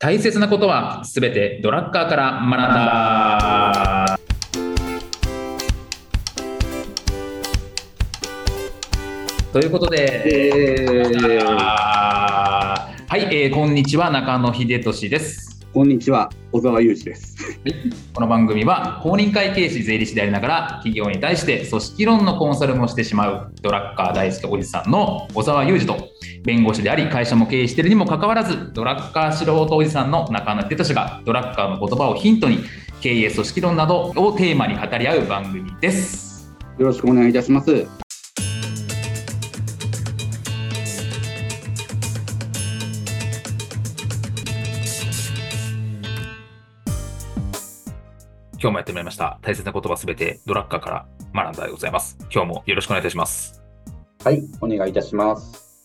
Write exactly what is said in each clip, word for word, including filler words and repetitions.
大切なことはすべてドラッカーから学んだ。ということで、えー、はい、えー、こんにちは、中野秀俊です。 こんにちは、小沢裕二です。 この番組は公認会計士税理士でありながら企業に対して組織論のコンサルもしてしまうドラッカー大好きおじさんの小沢裕二と、弁護士であり会社も経営しているにもかかわらずドラッカー素人おじさんの中野秀俊がドラッカーの言葉をヒントに経営組織論などをテーマに語り合う番組です。 よろしくお願いいたします。 今日もやってまいりました。大切な言葉すべてドラッカーから学んだでございます。今日もよろしくお願いいたします。 はい、お願いいたします。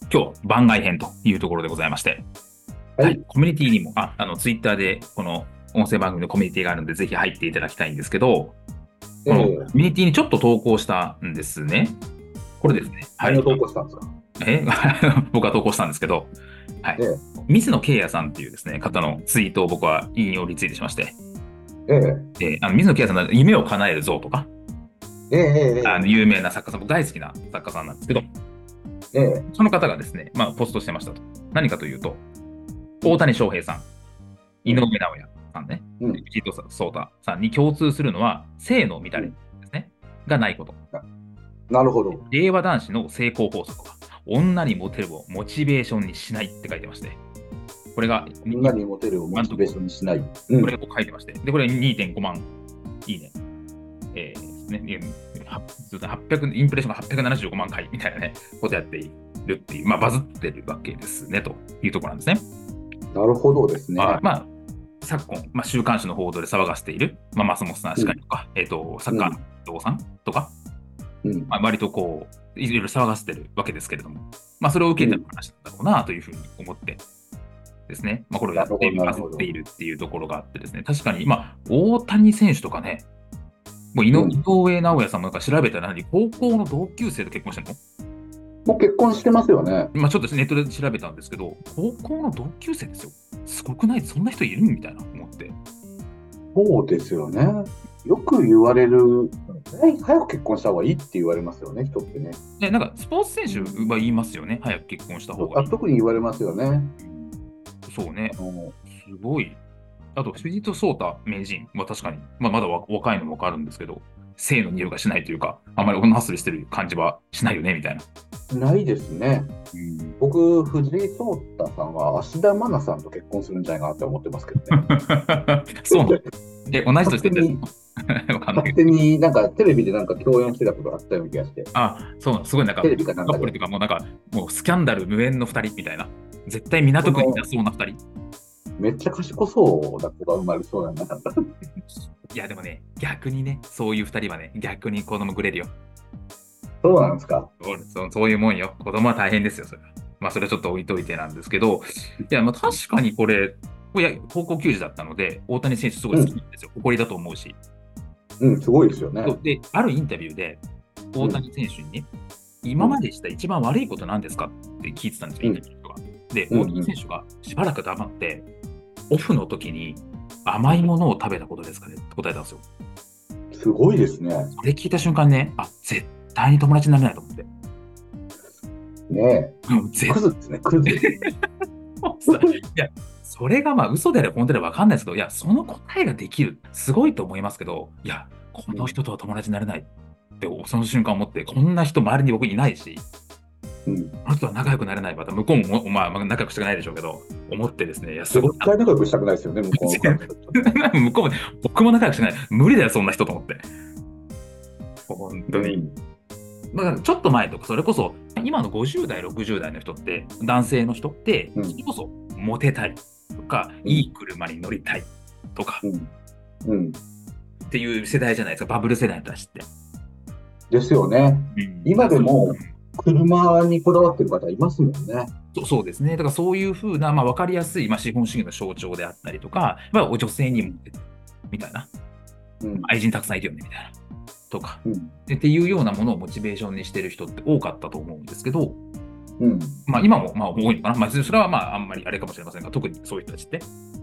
今日番外編というところでございまして、はいはい、コミュニティにもああのツイッターでこの音声番組のコミュニティがあるのでぜひ入っていただきたいんですけど、このコミュニティにちょっと投稿したんですね。これですね。 何を投稿したんですか？ え僕は投稿したんですけど、はい、ええ、水野慶也さんっていうですね方のツイートを僕は引用リツイートしまして。ええ、であの水野慶也さんの夢を叶える像とか、ええ、あの有名な作家さん、僕大好きな作家さんなんですけど、ええ、その方がですね、まあ、ポストしてましたと。何かというと、大谷翔平さん、井上尚弥さんね、藤井聡太さんに共通するのは、性の乱れですね、うん、がないこと。 なるほど。 令和男子の成功法則は、女にモテるをモチベーションにしないって書いてまして、これが女にモテるをモチベーションにしない。 うん、これを書いてまして、でこれ にてんごまんいいね。えーね、はっぴゃくインプレッションがはっぴゃくななじゅうごまん回みたいなね、ことやっているっていう、まあ、バズってるわけですねというところなんですね。 なるほどですね。 まあ、まあ、昨今、まあ、週刊誌の報道で騒がせている、まあ、マスモスさんしかりとか、うん、えーと、サッカーの伊藤さんとか、うんまあ、割とこう、いろいろ騒がせてるわけですけれども、まあ、それを受けての話なんだろうなというふうに思って。ですね。まあ、これをやってバズっているっていうところがあってですね、確かに、まあ、大谷選手とかね、もう井上尚弥さんもなんか調べたら何、高校の同級生と結婚してるの？もう結婚してますよね。 まあ、ちょっとネットで調べたんですけど、高校の同級生ですよ。すごくない？そんな人いるみたいな思って。 そうですよね。よく言われる、早く結婚した方がいいって言われますよね、人ってね。 ね、なんかスポーツ選手は言いますよね、早く結婚した方がいい。 あ、特に言われますよね。 そうね、すごい。あと、藤井と聡太名人は確かに、まあ、まだ若いのも分かるんですけど、性の匂いがしないというか、あんまり女遊びしてる感じはしないよねみたいな。ないですね。うん、僕、藤井聡太さんは芦田愛菜さんと結婚するんじゃないかなって思ってますけどね。 そうなの？え、同じとしてるんですか？勝手になんかテレビでなんか共演してたことがあったような気がして。 あ、そうなの、すごいなんか、 テレビかなんかで。とかもうなんか、もうスキャンダル無縁のふたりみたいな。絶対港区にいなそうなふたり。 めっちゃ賢そうな子が生まれそうなんだ。 いやでもね、逆にね、そういうふたりはね、逆に子供くれるよ。 そうなんですか？ そう、そういうもんよ。子供は大変ですよ、それは。まあ、それはちょっと置いといてなんですけど、いや、まあ確かにこれ、いや高校球児だったので、大谷選手すごい好きなんですよ。うん、誇りだと思うし。 うん、すごいですよね。 で、あるインタビューで、大谷選手にね、うん、今までした一番悪いことなんですかって聞いてたんですよ、インタビューとか。で、大谷選手がしばらく黙って、オフの時に甘いものを食べたことですかねって答えたんですよ。 すごいですね。 それ聞いた瞬間ね、あ、絶対に友達になれないと思って。 ねえ。クズですね、クズ。いや、それがまあ嘘であれ本当で分かんないですけど、いや、その答えができる、すごいと思いますけど、いや、この人とは友達になれないって、その瞬間思って、こんな人周りに僕いないし、うん、あの人は仲良くなれないまた向こうも、まあ、仲良くしたくないでしょうけど、思ってですね、いや、すごい。 絶対仲良くしたくないですよね、向こう向こうも、僕も仲良くしない。無理だよ、そんな人と思って。本当に。うんだからちょっと前とか、それこそ、今のごじゅう代、ろくじゅう代の人って、男性の人って、それこそ、モテたいとか、うん、いい車に乗りたいとか、うんうん、っていう世代じゃないですか、バブル世代の人たちって。 ですよね。うん、今でも、車にこだわってる方いますもんね。 そう、そうですね。だからそういうふうな、まあ、分かりやすい、まあ、資本主義の象徴であったりとか、まあ、女性にもみたいな、うん、愛人たくさんいるよねみたいな。とか、うん、っていうようなものをモチベーションにしてる人って多かったと思うんですけど、うんまあ、今もまあ多いのかな、まあ、それはまああんまりあれかもしれませんが、特にそういう人たちって。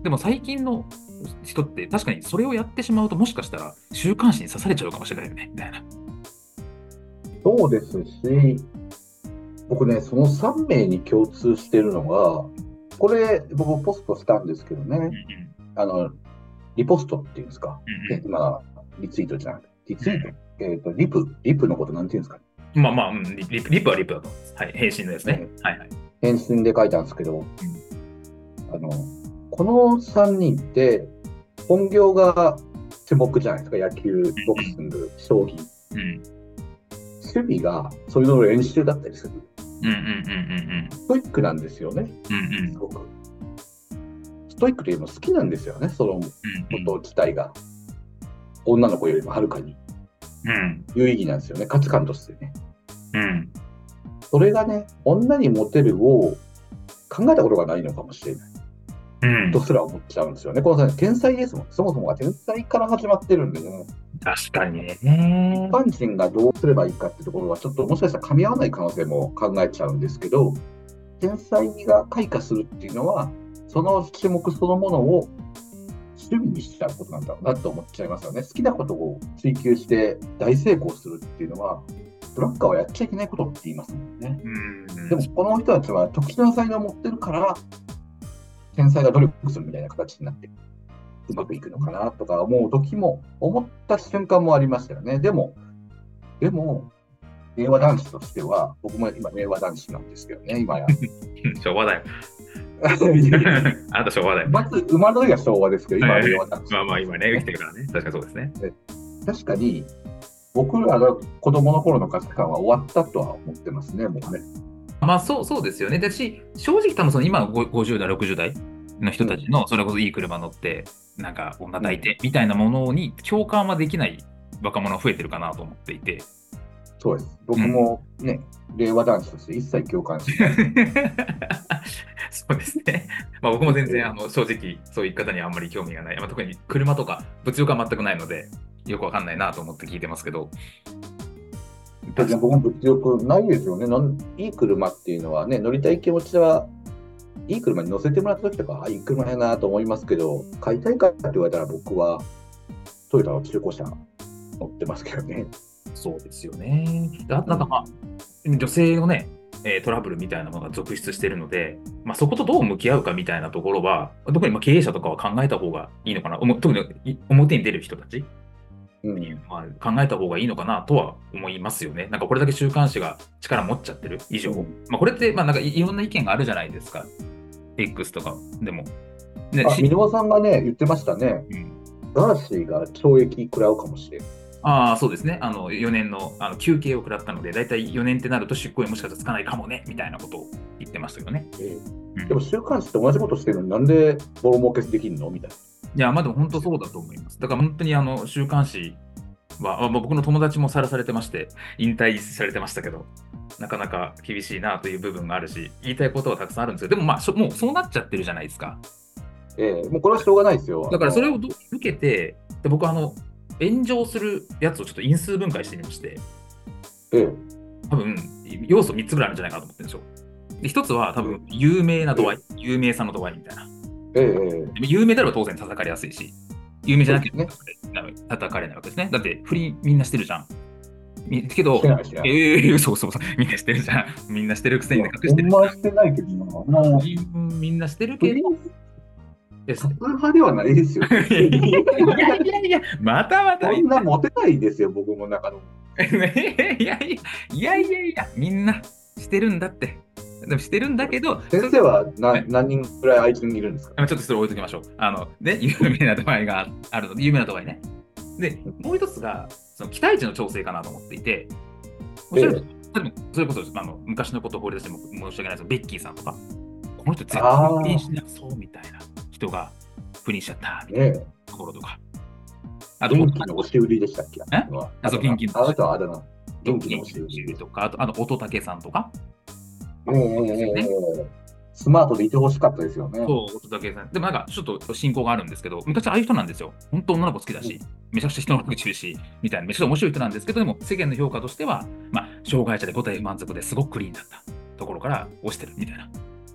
でも最近の人って確かにそれをやってしまうともしかしたら週刊誌に刺されちゃうかもしれないよね、みたいな。 そうですし、僕ね、そのさん名に共通してるのが、これ、僕ポストしたんですけどね、 うんうん、 あの、リポストっていうんですか、 うんうん、 今、リツイートじゃなくて、リツイート、えっと、リプ、リプのことなんていうんですかね。 まあまあ、うん、リリプ、リプはリプだと思います。はい。返信のやつね。はいはい。 返信で書いたんですけど、 うん、 あの、このさんにんって、本業が種目じゃないですか。野球、ボクシング、将棋。 うん。 守備がそれぞれ練習だったりする。 うんうんうんうんストイックなんですよね。 うんうんすごく。ストイックというのも好きなんですよね。そのこと自体が。女の子よりもはるかにうん有意義なんですよね。価値観としてね。 うん。 それがね、女にモテるを考えたことがないのかもしれない。 うん、 とすら思っちゃうんですよね。この天才ですもん。そもそもが天才から始まってるんでね。 確かにね。 一般人がどうすればいいかってところは、ちょっともしかしたら噛み合わない可能性も考えちゃうんですけど、天才が開花するっていうのは、その種目そのものを趣味にしちゃうことなんだろうなと思っちゃいますよね。好きなことを追求して大成功するっていうのは、ブラッカーはやっちゃいけないことって言いますもんね。 うん、 でも、この人たちは特殊な才能を持ってるから、天才が努力するみたいな形になってうまくいくのかなとか思う時も、思った瞬間もありましたよね。でも、でも、令和男子としては、僕も今、令和男子なんですけどね、今や。 昭和だよ。あなた昭和だよ。 まず、生まれた時は昭和ですけど、今は令和男子。 まあまあ、今ね、生きてるからね。確かにそうですね。 確かに、僕らの子供の頃の価値観は終わったとは思ってますね、もうね。 まあそうそうですよね。だし、正直多分その今のごじゅう代、ろくじゅう代の人たちの、それこそいい車乗って、なんか女抱いてみたいなものに共感はできない若者が増えてるかなと思っていて。 そうです。僕もね、うん、令和男子として一切共感しない。 そうですね。まあ僕も全然、あの正直そういう方にはあんまり興味がない。まあ、特に車とか物欲は全くないので、よくわかんないなと思って聞いてますけど。 僕も物欲ないですよね。なんいい車っていうのはね、乗りたい気持ちは、いい車に乗せてもらった時とか、あ、いい車やなと思いますけど、買いたいかって言われたら僕はトヨタの中古車乗ってますけどね。 そうですよね。あなんかまあ、うん、女性のね、えー、トラブルみたいなものが続出しているので、まあ、そことどう向き合うかみたいなところは、特にまあ経営者とかは考えた方がいいのかな、特に表に出る人たち、うん、まあ、考えた方がいいのかなとは思いますよね。なんかこれだけ週刊誌が力持っちゃってる以上、うん、まあ、これってまあなんかいろんな意見があるじゃないですか。X とかでも。 ね、あ、箕輪さんがね、言ってましたね。うん、ガーシーが懲役食らうかもしれない。 ああ、そうですね。あの、よねんの、あの休憩を食らったので、だいたいよねんってなると出向にもしかしたらつかないかもね、みたいなことを言ってましたよね。 えーうん、でも週刊誌と同じことしてるのになんでボロ儲けできるのみたいな。いや、まあでも本当そうだと思います。だから本当にあの、週刊誌は、僕の友達もさらされてまして、引退されてましたけど、なかなか厳しいなという部分があるし、言いたいことはたくさんあるんですけど、でもまあ、もうそうなっちゃってるじゃないですか。 ええー、もうこれはしょうがないですよ。 だからそれを受けて、で僕はあの、炎上するやつをちょっと因数分解してみまして、 ええ、 多分、要素みっつぐらいあるんじゃないかなと思ってるんですよ。で、ひとつは多分、有名な度合い、ええ、有名さの度合いみたいな。 ええ、 有名であれば当然叩かれやすいし、有名じゃなければ、ね、叩かれないわけですね。だって、不倫みんなしてるじゃん。けど、ええー、そうそうそう、みんなしてるじゃん。みんなしてるくせに隠してるじゃん。 ほんましてないけどな。もうみんなしてるけど。 多数派ではないですよ。いやいやいや、またまた。 そんなモテないですよ、僕も中の。 いやいやいやいやいや、みんなしてるんだって。でもしてるんだけど、 先生は何何人くらいあいつにいるんですか？ ちょっとそれ置いときましょう。あの、ね、有名な度合いがあるので、有名な度合いね。で、もう一つが、その期待値の調整かなと思っていて、ええ、それこそあの昔のことを掘り出しても申し訳ないですけど、ベッキーさんとか、この人絶対不倫しなそうみたいな人が不倫しちゃったみたいなところとか。 あと、元気の押し売りでしたっけ？ えあと、元気の押し売り。あとはあだ名。元気の押し売りとか、あと、あの、乙武さんとか。 ええ、スマートでいてほしかったですよね。 そう、乙武さん。でもなんか、ちょっと親交があるんですけど、昔ああいう人なんですよ。本当女の子好きだし、めちゃくちゃ人の悪口言うし、みたいな、めちゃくちゃ面白い人なんですけど、でも、世間の評価としては、まあ、障害者で答え満足ですごくクリーンだったところから落ちてるみたいな。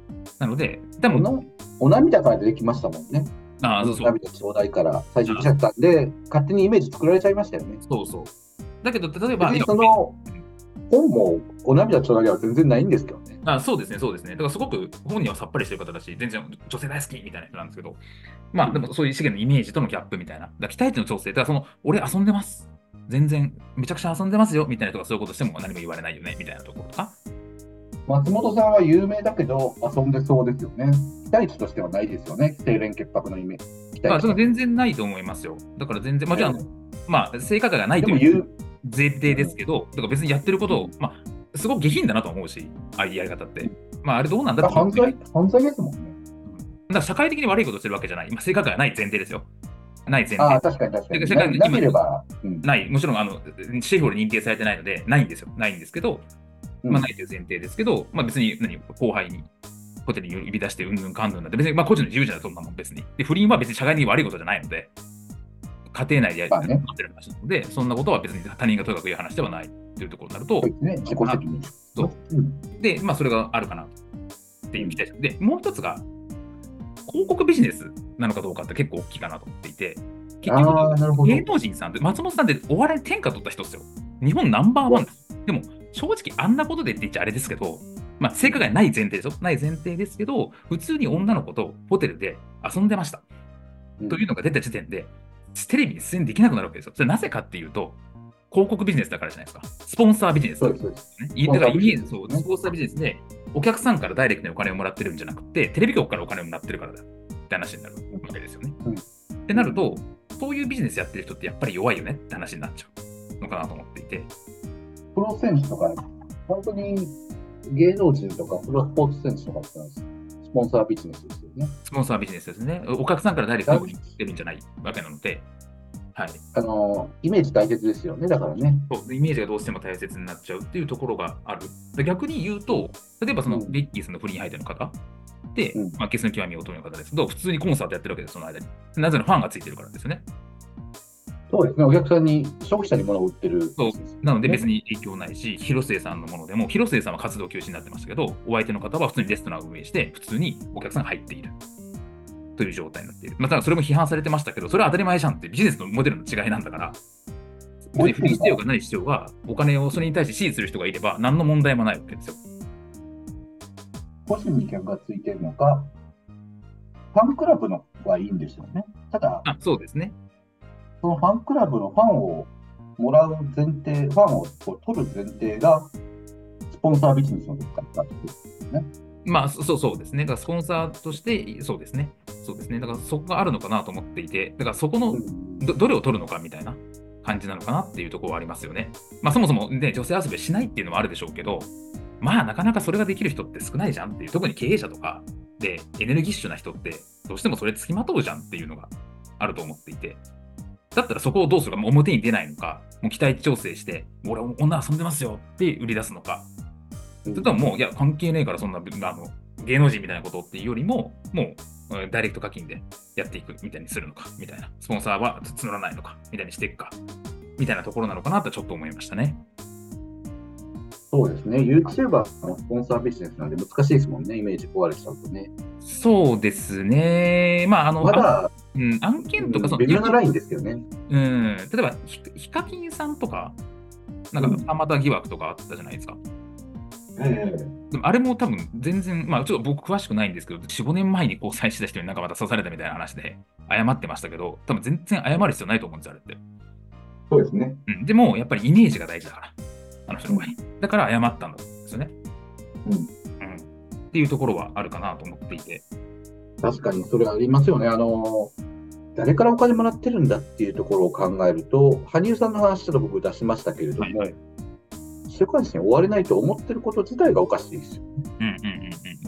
なので、多分お涙から出てきましたもんね。 ああ、そうそう。 お涙ちょうだいから最初来ちゃったんで、勝手にイメージ作られちゃいましたよね。 そうそう。だけど、例えば、 その本もお涙ちょうだいは全然ないんですけどね。 あそうですね、そうですね。だからすごく本人はさっぱりしてる方だし、全然女性大好きみたいな人なんですけど、まあでもそういう資源のイメージとのギャップみたいな。だから期待値の調整、だからその、俺遊んでます。全然、めちゃくちゃ遊んでますよみたいな人がそういうことしても何も言われないよねみたいなところとか。 松本さんは有名だけど遊んでそうですよね。期待値としてはないですよね。清廉潔白のイメージ。 まあ、全然ないと思いますよ。だから全然、もちろん、えー、まあ、成果がないという前提ですけど、だから別にやってることを、まあ、すごく下品だなと思うし、ああいうやり方って。まあ、あれどうなんだって犯罪、犯罪ですもんね。 だから社会的に悪いことをしてるわけじゃない。まあ、成果がない前提ですよ。ない前提。 ああ、確かに確かに。社会になければ、 うん、ない。もちろん、あの、司法で認定されてないので、ないんですよ。ないんですけど、まあ、ないという前提ですけど、まあ、別に何後輩にホテルに呼び出してうんぬんかんぬんなんて別に、まあ、個人の自由じゃない、そんなもん別に。で、不倫は別に社会的に悪いことじゃないので、家庭内でやってる話なので、そんなことは別に他人がとにかく言う話ではないというところになると、 ね、自己責任。 そう。で、まあ、それがあるかなっていう期待で、もう一つが、広告ビジネスなのかどうかって結構大きいかなと思っていて、結局、芸能人さんって、松本さんってお笑い天下取った人ですよ。日本ナンバーワンです。でも、正直あんなことでって言っちゃあれですけど、まあ、成果がない前提ですよ。ない前提ですけど、普通に女の子とホテルで遊んでました。うん、というのが出た時点で、テレビに出演できなくなるわけですよ。それなぜかっていうと、広告ビジネスだからじゃないですか。スポンサービジネスだからですね。だからイメージ、そう、スポンサービジネスで、お客さんからダイレクトにお金をもらってるんじゃなくて、テレビ局からお金をもらってるからだって話になるわけですよね。うん、ってなると、そういうビジネスやってる人ってやっぱり弱いよねって話になっちゃうのかなと思っていて。 プロ選手とか、本当に芸能人とかプロスポーツ選手とかってスポンサービジネスですよね。 スポンサービジネスですね。お客さんからダイレクトに出るんじゃないわけなので、はい、 あのイメージ大切ですよね、だからね。 そうイメージがどうしても大切になっちゃうっていうところがある。逆に言うと、例えばその、うん、リッキーさんの不倫相手の方で、うんまあ、ゲスの極み乙女の方ですけど、普通にコンサートやってるわけです、その間に。なぜならファンがついてるからですよね。 そうですね、お客さんに、消費者に物を売ってる、ね。 そうなので別に影響ないし、広末さんのものでも、広末さんは活動休止になってましたけど、お相手の方は普通にレストランを運営して、普通にお客さんが入っているという状態になっている。まあ、ただそれも批判されてましたけど、それは当たり前じゃんって、ビジネスのモデルの違いなんだから、別に不倫必要がない必要が、お金をそれに対して支持する人がいれば、何の問題もないわけですよ。 個人に客がついてるのか、ファンクラブのがいいんですよね。ただ、 あそうですね。 そのファンクラブのファンをもらう前提、ファンをこう取る前提が、スポンサービジネスの時だったってことですね。 まあ、そうそうですね。だからスポンサーとして、そうですね。そうですね。だからそこがあるのかなと思っていて、だからそこの ど, どれを取るのかみたいな感じなのかなっていうところはありますよね。まあそもそもね、女性遊びしないっていうのもあるでしょうけど、まあなかなかそれができる人って少ないじゃんっていう、特に経営者とかでエネルギッシュな人ってどうしてもそれつきまとうじゃんっていうのがあると思っていて、だったらそこをどうするか、表に出ないのか、もう期待値調整して、俺女遊んでますよって売り出すのか、それとももう、いや、関係ねえからそんなあの芸能人みたいなことっていうよりも、もうダイレクト課金でやっていくみたいにするのか、みたいな、スポンサーは募らないのか、みたいにしていくか、みたいなところなのかなとちょっと思いましたね。 そうですね、YouTuber のスポンサービジネスなんで難しいですもんね、イメージ壊れちゃうとね。 そうですね、まあ、あの、 まだ、 うん、案件とかその、 微妙なラインですよね。 うん、例えば、ヒカキンさんとか、なんか、浜田疑惑とかあったじゃないですか。 うんええ、 でもあれも多分全然、まあちょっと僕詳しくないんですけど、よん、ごねんまえに交際した人になんかまた刺されたみたいな話で謝ってましたけど、多分全然謝る必要ないと思うんですよ、あれって。 そうですね。 うん、でも、やっぱりイメージが大事だから、あの人の場合。だから謝ったんですよね。うん。うん。っていうところはあるかなと思っていて。 確かにそれありますよね。あの、誰からお金もらってるんだっていうところを考えると、羽生さんの話ちょっと僕出しましたけれども、はいはい週刊誌に終われないと思ってること自体がおかしいですよ。 うんうんうんうん、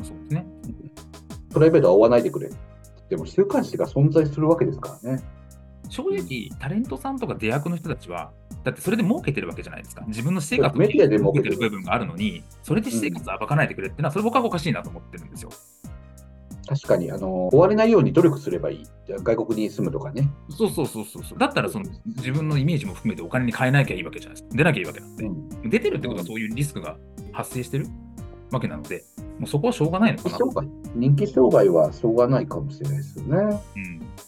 そうですね。 プライベートは追わないでくれ。でも週刊誌が存在するわけですからね。 正直、タレントさんとか出役の人たちは、だってそれで儲けてるわけじゃないですか。自分の私生活メディアで儲けてる部分があるのに、それで私生活を暴かないでくれっていうのは、それ僕はおかしいなと思ってるんですよ。 確かにあの追われないように努力すればいい。外国に住むとかね。 そうそうそうそう。だったらその自分のイメージも含めてお金に変えなきゃいいわけじゃないですか。出なきゃいいわけなんで。うん、出てるってことはそういうリスクが発生してるわけなので、 もうそこはしょうがないのかな。 商売人気商売はしょうがないかもしれないですよね。 うん。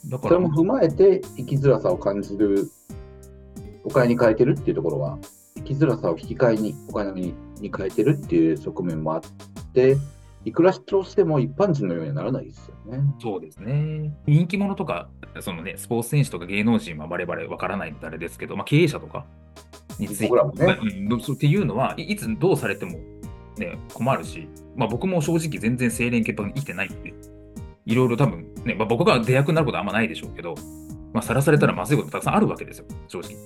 だから、 それも踏まえて生きづらさを感じる、お金に変えてるっていうところは、生きづらさを引き換えにお金に変えてるっていう側面もあって、いくら主張しても一般人のようにはならないですよね。 そうですね。人気者とか、そのね、スポーツ選手とか芸能人は我々わからないのであれですけど、まあ、経営者とかについて、 僕らもね。 うん、そうっていうのは、いいつどうされても、ね、困るし、まあ、僕も正直全然清廉潔白に生きてないんで、いろいろ多分ね、まあ、僕が出役になることはあんまないでしょうけど、まあ、さらされたらまずいことたくさんあるわけですよ、正直言って。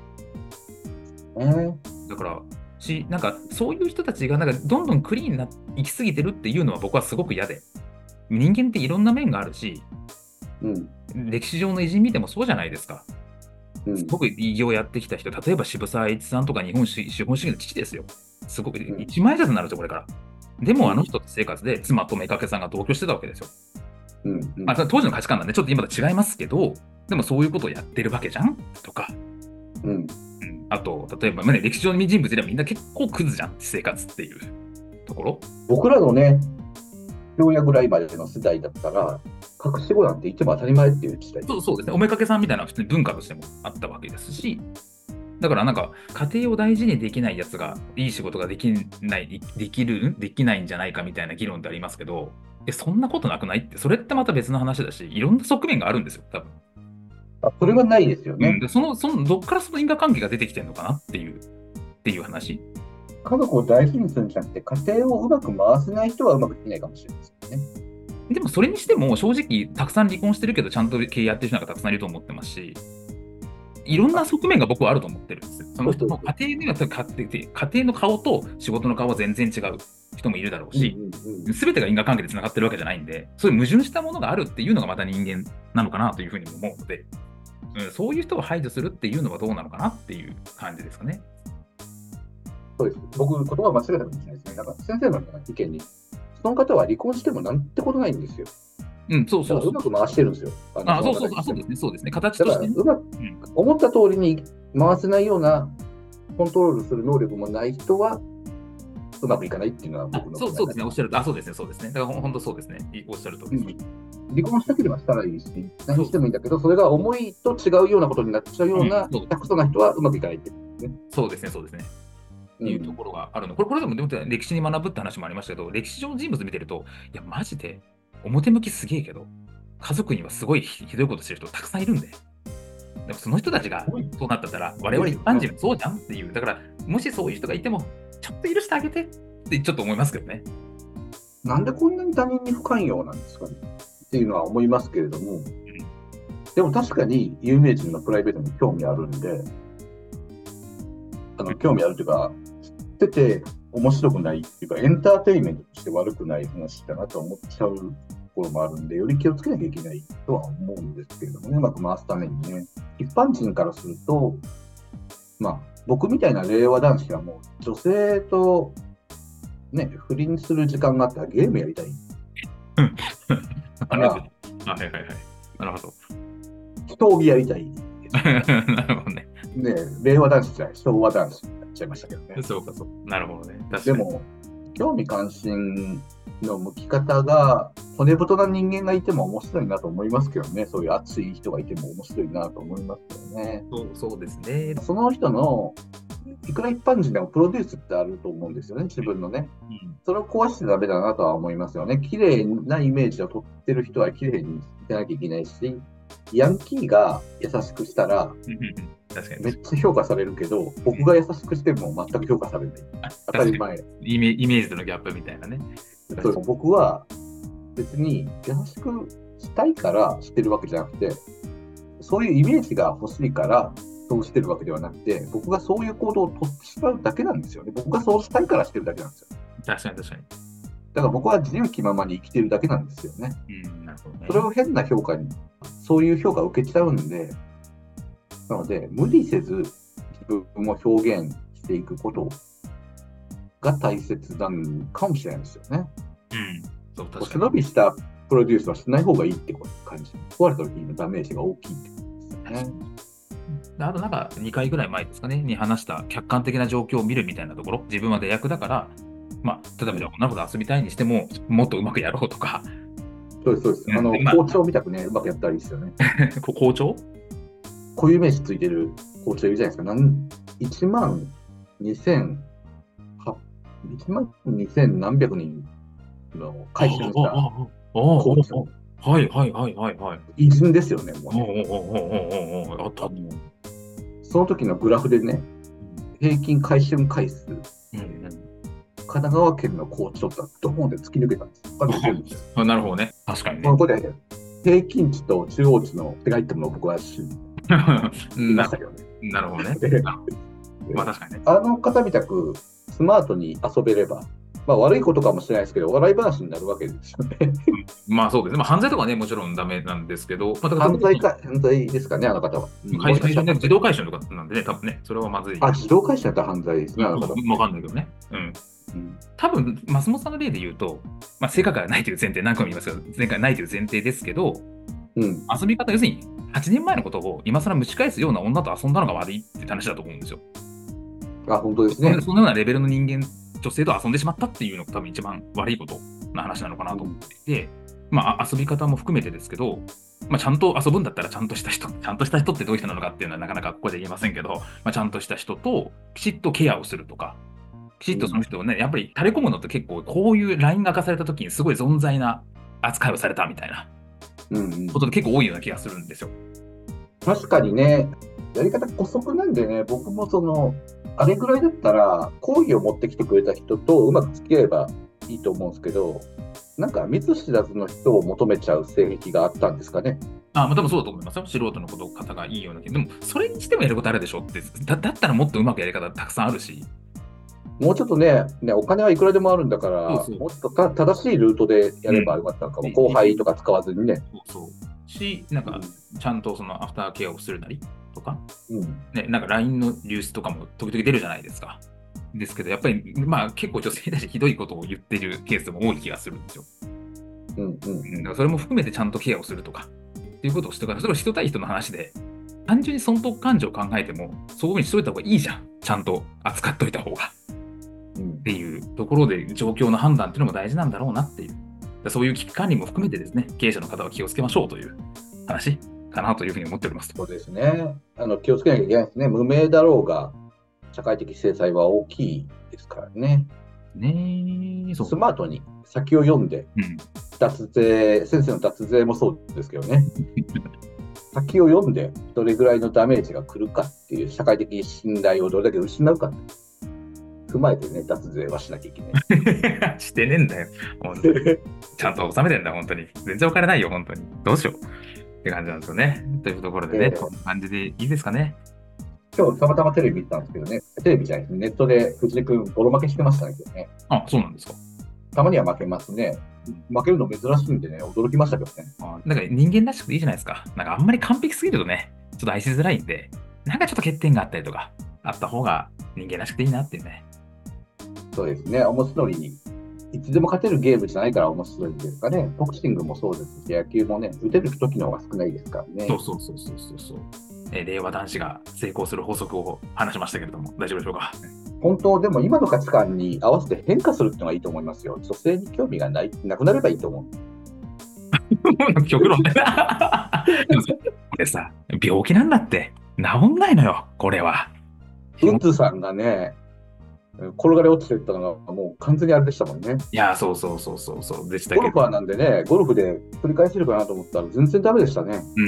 ねだから、し、なんかそういう人たちがなんかどんどんクリーンな行き過ぎてるっていうのは僕はすごく嫌で、人間っていろんな面があるし、 うん、 歴史上の偉人見てもそうじゃないですか。 うん、 すごく偉業をやってきた人、例えば渋沢栄一さんとか日本資資本主義の父ですよ。すごくうん、 一枚札になるんですよ、これから。でも、 うんあの人と生活で妻と妾さんが同居してたわけですよ。 うん、うんまあ、当時の価値観なんで、ちょっと今と違いますけど、でもそういうことをやってるわけじゃんとか、 うん。 うん、あと、例えば、まあね、歴史上の人物ではみんな結構クズじゃん、生活っていうところ。 僕らのね、ようぐらいまでの世代だったら、隠し子なんて言っても当たり前っていう時代。 そうそうですね、お妾さんみたいな普通に文化としてもあったわけですし、だからなんか、家庭を大事にできないやつが、いい仕事ができない、できる、できないんじゃないかみたいな議論ってありますけど、え、そんなことなくないって、それってまた別の話だし、いろんな側面があるんですよ、多分。 あ、それはないですよね。 うん、でその、その、どっからその因果関係が出てきてるのかなっていう、っていう話。 家族を大事にするんじゃなくて、家庭をうまく回せない人はうまくできないかもしれないですよね。 でもそれにしても、正直、たくさん離婚してるけど、ちゃんと経営やってる人なんかたくさんいると思ってますし、いろんな側面が僕はあると思ってるんですよ。その人の家庭には家庭家庭の顔と仕事の顔は全然違う人もいるだろうし、すべてが因果関係でつながってるわけじゃないんで、そういう矛盾したものがあるっていうのがまた人間なのかなというふうにも思うので、うん、そういう人を排除するっていうのはどうなのかなっていう感じですかね。 そうです。僕、言葉を間違えたかもしれないですね。なんか先生の意見に、その方は離婚してもなんてことないんですよ。 うん、そうそうそう。 うまく回してるんですよ。 ああ、そうそうそう、あ、そうですね、そうですね。形だとして、ね。 からうまく、うん、思った通りに回せないようなコントロールする能力もない人はうまくいかないっていうのは僕のそうそうですね、おっしゃると、あ、そうですね、そうですね。だから本当そうですね、おっしゃると、うん。 離婚したければしたらいいし、何してもいいんだけど、それが思いと違うようなことになっちゃうような、下手くそな人はうまくいかないっていうね。 そうですね、そうですね。っていうところがあるの。これ、これでも、でも歴史に学ぶって話もありましたけど、歴史上の人物見てると、いや、マジで、表向きすげえけど、家族にはすごいひどいことしてる人たくさんいるんで。でもその人たちがそうなったら、我々一般人もそうじゃんっていう。だから、もしそういう人がいても、ちょっと許してあげてってちょっと思いますけどね。 なんでこんなに他人に不寛容なんですかねっていうのは思いますけれども、うん、でも確かに有名人のプライベートに興味あるんで、あの興味あるというか、知ってて面白くないっていうか、エンターテインメントとして悪くない話だなと思っちゃうところもあるんで、より気をつけなきゃいけないとは思うんですけれどもね、うまく回すためにね。一般人からすると、まあ、僕みたいな令和男子はもう女性と、ね、不倫する時間があったらゲームやりたい。 あら、はいはいはい。なるほど。 闘技やりたい。 なるほどね。 ね、令和男子じゃない、昭和男子になっちゃいましたけどね。 そうかそう。なるほどね。確かに。 でも、興味関心の向き方が骨太な人間がいても面白いなと思いますけどね。そういう熱い人がいても面白いなと思いますけどね。 そう、そうですね。 その人のいくら一般人でもプロデュースってあると思うんですよね、自分のね。うん、それを壊してダメだなとは思いますよね。綺麗なイメージを取ってる人は綺麗にしてなきゃいけないし、ヤンキーが優しくしたら、 確かにめっちゃ評価されるけど、僕が優しくしても全く評価されない。当たり前。 イメイメージとのギャップみたいなね。 そう僕は別に優しくしたいからしてるわけじゃなくて、そういうイメージが欲しいからそうしてるわけではなくて、僕がそういう行動を取ってしまうだけなんですよね。僕がそうしたいからしてるだけなんですよ。 確かに確かに。 だから僕は自由気ままに生きてるだけなんですよね。 うん、なるほどね。 それを変な評価に、そういう評価を受けちゃうんで、なので、無理せず自分を表現していくことが大切なのかもしれないですよね。 うん。そう、確かに。 背伸びしたプロデュースはしない方がいいって感じ。壊れた時のダメージが大きいってことですよね。 あとなんかにかいぐらい前ですかね、に話した客観的な状況を見るみたいなところ、自分は出役だから、 まあ、例えばじゃあ女の子と遊びたいにしても、もっとうまくやろうとか。 そうです、そうです。あの、 まあ、 校長みたくね、うまくやったらいいですよね。 校長固有名詞ついてる校長いるじゃないですか。なんいちまんにせん、いちまんにせん何百人の会社のさ、候補者のはいはいはいはいはい。 偉人ですよね、もうね。 おうおうおうおうおうおうあった。 その時のグラフでね、平均回春回数、 うんうん、 神奈川県の校長ってどこまで突き抜けたんですか。 あ、なるほどね。確かにね。 ここで平均値と中央値の違いってものを僕は知りましたけどね。 なるほどね。まあ確かにね。 あの方みたくスマートに遊べれば、まあ悪いことかもしれないですけど、笑い話になるわけですよね。 まあそうですね。まあ犯罪とかね、もちろんダメなんですけど、まあ、だから犯罪か、犯罪ですかね、あの方は。 回収ね、自動回収とかなんでね、多分ね、それはまずい。 あ、自動回収だったら犯罪ですね、あの方。 わかんないけどね。うん。うん、多分、松本さんの例で言うと、まあ、成果がないという前提、何回も言いますけど、成果がないという前提ですけど、うん、遊び方、要するにはちねんまえのことを今更蒸し返すような女と遊んだのが悪いって話だと思うんですよ。 あ、本当ですね。 そのようなレベルの人間、女性と遊んでしまったっていうのが多分一番悪いことな話なのかなと思っていて、うん、まあ遊び方も含めてですけど、まあ、ちゃんと遊ぶんだったらちゃんとした人、ちゃんとした人ってどういう人なのかっていうのはなかなかここで言えませんけど、まあ、ちゃんとした人ときちっとケアをするとか、きちっとその人をね、やっぱり垂れ込むのって結構こういう ライン が明かされた時にすごい存在な扱いをされたみたいなことで結構多いような気がするんですよ。 確かにね、やり方姑息なんでね、僕もその、あれぐらいだったら、好意を持ってきてくれた人とうまく付き合えばいいと思うんですけど、なんか見ず知らずの人を求めちゃう性癖があったんですかね。 あ、まあ、多分そうだと思いますよ。素人のこと方がいいような気でも、それにしてもやることあるでしょってだ、だったらもっとうまくやり方たくさんあるし。 もうちょっとね、ねお金はいくらでもあるんだから、 そうそうもっとた正しいルートでやればよかったのかも、うん、後輩とか使わずにね。 そうそうし、なんか、ちゃんとそのアフターケアをするなりとか、 うん、 ね、なんか ライン の流出とかも時々出るじゃないですか。ですけど、やっぱり、まあ結構女性に対してひどいことを言ってるケースも多い気がするんですよ。うんうん、だからそれも含めてちゃんとケアをするとか、っていうことをしてから、それは人対人の話で、単純に損得感情を考えても、そういうふうにしといた方がいいじゃん。ちゃんと扱っといた方が。うん、っていうところで、状況の判断っていうのも大事なんだろうなっていう。そういう危機管理も含めてですね、経営者の方は気をつけましょうという話かなというふうに思っております。 そうですね。あの気をつけなきゃいけないですね。無名だろうが、社会的制裁は大きいですからね。 ねそうスマートに先を読んで、うん、脱税、先生の脱税もそうですけどね。先を読んで、どれぐらいのダメージが来るかっていう社会的信頼をどれだけ失うか踏まえてね、脱税はしなきゃいけない。してねえんだよ。ちゃんと納めてんだ、本当に。全然お金ないよ、本当に。どうしようって感じなんですよね。というところでね、えー、こんな感じでいいですかね。 今日たまたまテレビ見たんですけどね、テレビじゃないですね、ネットで藤井君、ボロ負けしてましたね。 あ、そうなんですか。 たまには負けますね。負けるの珍しいんでね、驚きましたけどね。 あ、なんか人間らしくていいじゃないですか。なんかあんまり完璧すぎるとね、ちょっと愛しづらいんで、なんかちょっと欠点があったりとか、あった方が人間らしくていいなっていうね。 そうですね、面白い。いつでも勝てるゲームじゃないから面白いですかね。ボクシングもそうですし、野球もね、打てる時の方が少ないですからね。 そうそうそうそうそうそう。えー、令和男子が成功する法則を話しましたけれども、大丈夫でしょうか。 本当、でも今の価値観に合わせて変化するっていうのがいいと思いますよ。女性に興味がない、なくなればいいと思う。極論で。これさ、病気なんだって。治んないのよ、これは。 ウッズさんがね、転がり落ちていったのがもう完全にあれでしたもんね。 いや、そうそうそうそうそうでしたけど。ゴルファーなんでね、ゴルフで繰り返せるかなと思ったら全然ダメでしたね。 うん。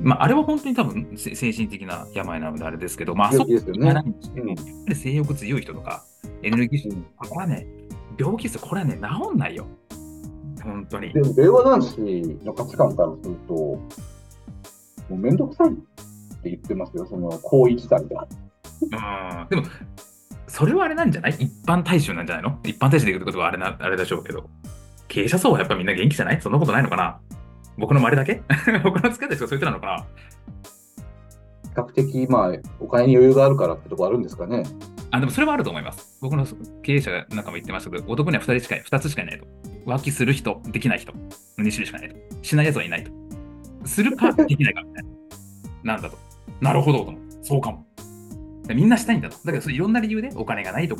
まあ、あれは本当に多分精神的な病なのであれですけど、まあ、あそこですよね。 やっぱり性欲強い人とか、エネルギッシュ、これはね、病気ですよ、これはね、治んないよ。本当に。 でも、令和男子の価値観からすると、もうめんどくさいって言ってますよ、その行為自体が。 うん。でも、それはあれなんじゃない？一般大衆なんじゃないの？一般大衆で言うことはあれな、あれでしょうけど。経営者層はやっぱみんな元気じゃない？そんなことないのかな？僕の周りだけ僕の付き合った人がそういう人なのかな？ 比較的、まあ、お金に余裕があるからってとこあるんですかね。 あ、でもそれはあると思います。僕の経営者なんかも言ってましたけど、男にはふたりしかい、ふたつしかいないと。浮気する人、できない人、に種類しかいないと。しない奴はいないと。するか、できないかみたいな。なんだと。なるほどと思う。そうかも。みんなしたいんだと。だけど、そういろんな理由でお金がないとか、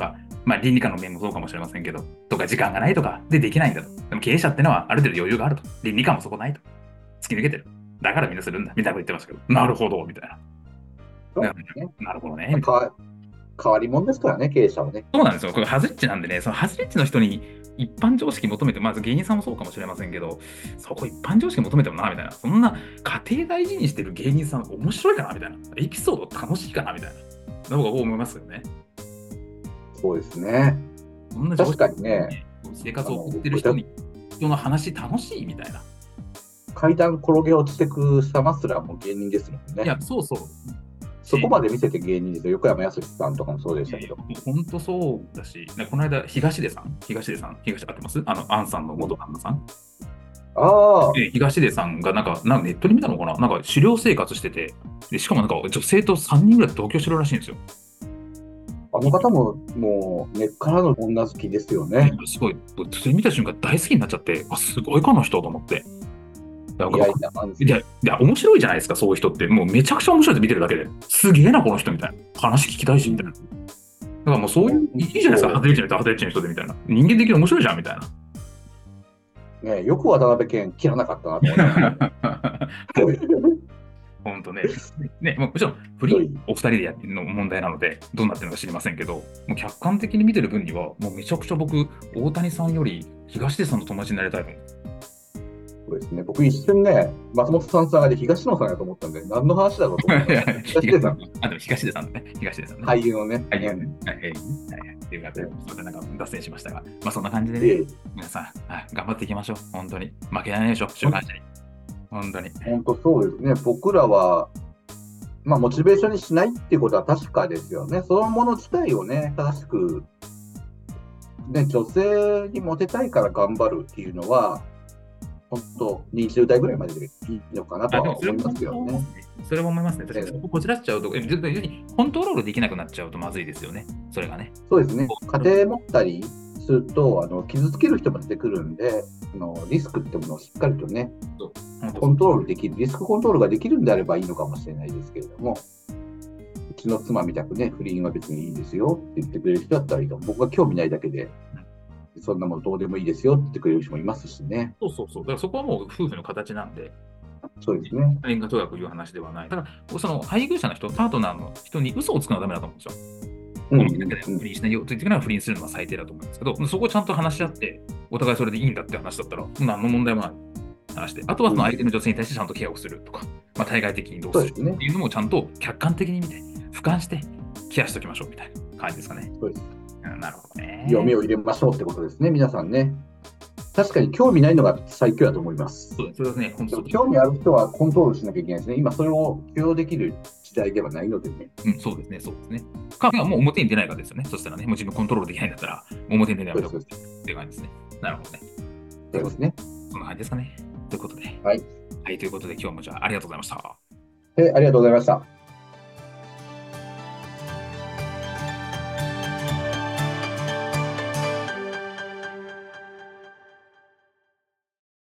まあ倫理観の面もそうかもしれませんけど、とか時間がないとかでできないんだと。でも経営者ってのはある程度余裕があると。倫理観もそこないと。突き抜けてる。だからみんなするんだ。みたいなこと言ってましたけど、なるほど、みたいな。 そうですね。 なるほどね。 変わ変わり者ですからね、経営者はね。 そうなんですよ。これ、ハズリッチなんでね、そのハズリッチの人に一般常識求めて、まず芸人さんもそうかもしれませんけど、そこ一般常識求めてもな、みたいな。そんな家庭大事にしてる芸人さん面白いかな、みたいな。エピソード楽しいかな、みたいな。僕はこう思いますよね。 そうですね。 そんな確かにね、 生活を送ってる人に、人の話楽しいみたいな。 階段転げ落ちてく様すらもう芸人ですもんね。 いや、そうそう。 そこまで見せて芸人ですよ。横山やすしさんとかもそうでしたけど。 本当そうだし、この間、東出さん、東出さん、東出合ってますあの、アンさんの元旦那さん。 ああ。 東出さんがなんか、なんかネットで見たのかななんか狩猟生活しててで、しかもなんか女性とさんにんぐらいで同居してるらしいんですよ。 あの方ももう根っからの女好きですよね。 すごい、それ見た瞬間大好きになっちゃって、あ、すごいこの人と思って。 いやいや、 いや、いや、面白いじゃないですか、そういう人って。もうめちゃくちゃ面白いって見てるだけで。すげえな、この人みたいな。話聞きたいし、みたいな。だからもうそういう、いいじゃないですか、ハズレッチの人、ハズレッチの人でみたいな。人間的に面白いじゃん、みたいな。ね、よく渡辺謙切らなかったなと思います。 本当ね。ね、もちろん、フリーお二人でやってるの問題なので、どうなってるのか知りませんけど、もう客観的に見てる分には、もうめちゃくちゃ僕、大谷さんより東出さんの友達になりたいと思う。 そうですね、僕一瞬ね、松本さんさんがで東野さんやと思ったんで、何の話だろうと思った。東出さん。 あ、でも東出さんね。東出さんね。 俳優のね。 俳優ね。はい、はい、はい。っていうか、それなんか脱線しましたが、まあそんな感じでね、皆さん、頑張っていきましょう。本当に。負けないでしょ、週刊誌に。本当に。 本当そうですね。僕らは、まあ、モチベーションにしないっていうことは確かですよね。そのもの自体をね、正しく、ね、女性にモテたいから頑張るっていうのは、本当、にじゅう代ぐらいまででいいのかなとは思いますよね。 それも思いますね。確かにそここじらせちゃうと、コントロールできなくなっちゃうとまずいですよね。それがね。 そうですね。家庭持ったりすると、あの傷つける人も出てくるんで、あのリスクってものをしっかりとね、コントロールできる、リスクコントロールができるんであればいいのかもしれないですけれども、うちの妻みたくね、不倫は別にいいですよって言ってくれる人だったらいいと思う。僕は興味ないだけで、そんなものどうでもいいですよって言ってくれる人もいますしね。 そうそうそう。だからそこはもう夫婦の形なんで。 そうですね。 他人がとやかく言う話ではない。だから、その配偶者の人、パートナーの人に嘘をつくのはダメだと思うんですよ。うんうんうん、不倫しないよと言ってくれば不倫するのは最低だと思うんですけど、そこをちゃんと話し合って、お互いそれでいいんだって話だったら、何の問題もない話で、あとはその相手の女性に対してちゃんとケアをするとか、まあ、対外的にどうするっていうのもちゃんと客観的に見て、俯瞰してケアしておきましょうみたいな感じですかね。 そうです。 うん、なるほどね。 読みを入れましょうってことですね、皆さんね。確かに興味ないのが最強だと思います。 そうですね。本当興味ある人はコントロールしなきゃいけないですね。今それを許容できる時代ではないのでね。 うん、そうですね、そうですね。か、もう表に出ないかですよね。そしたらね、もう自分コントロールできないんだったら、表に出ないかっていう感じですね。なるほどね。 そうですね。 そんな感じですかね。ということで。 はい。 はい、ということで今日もじゃあありがとうございました。 え、ありがとうございました。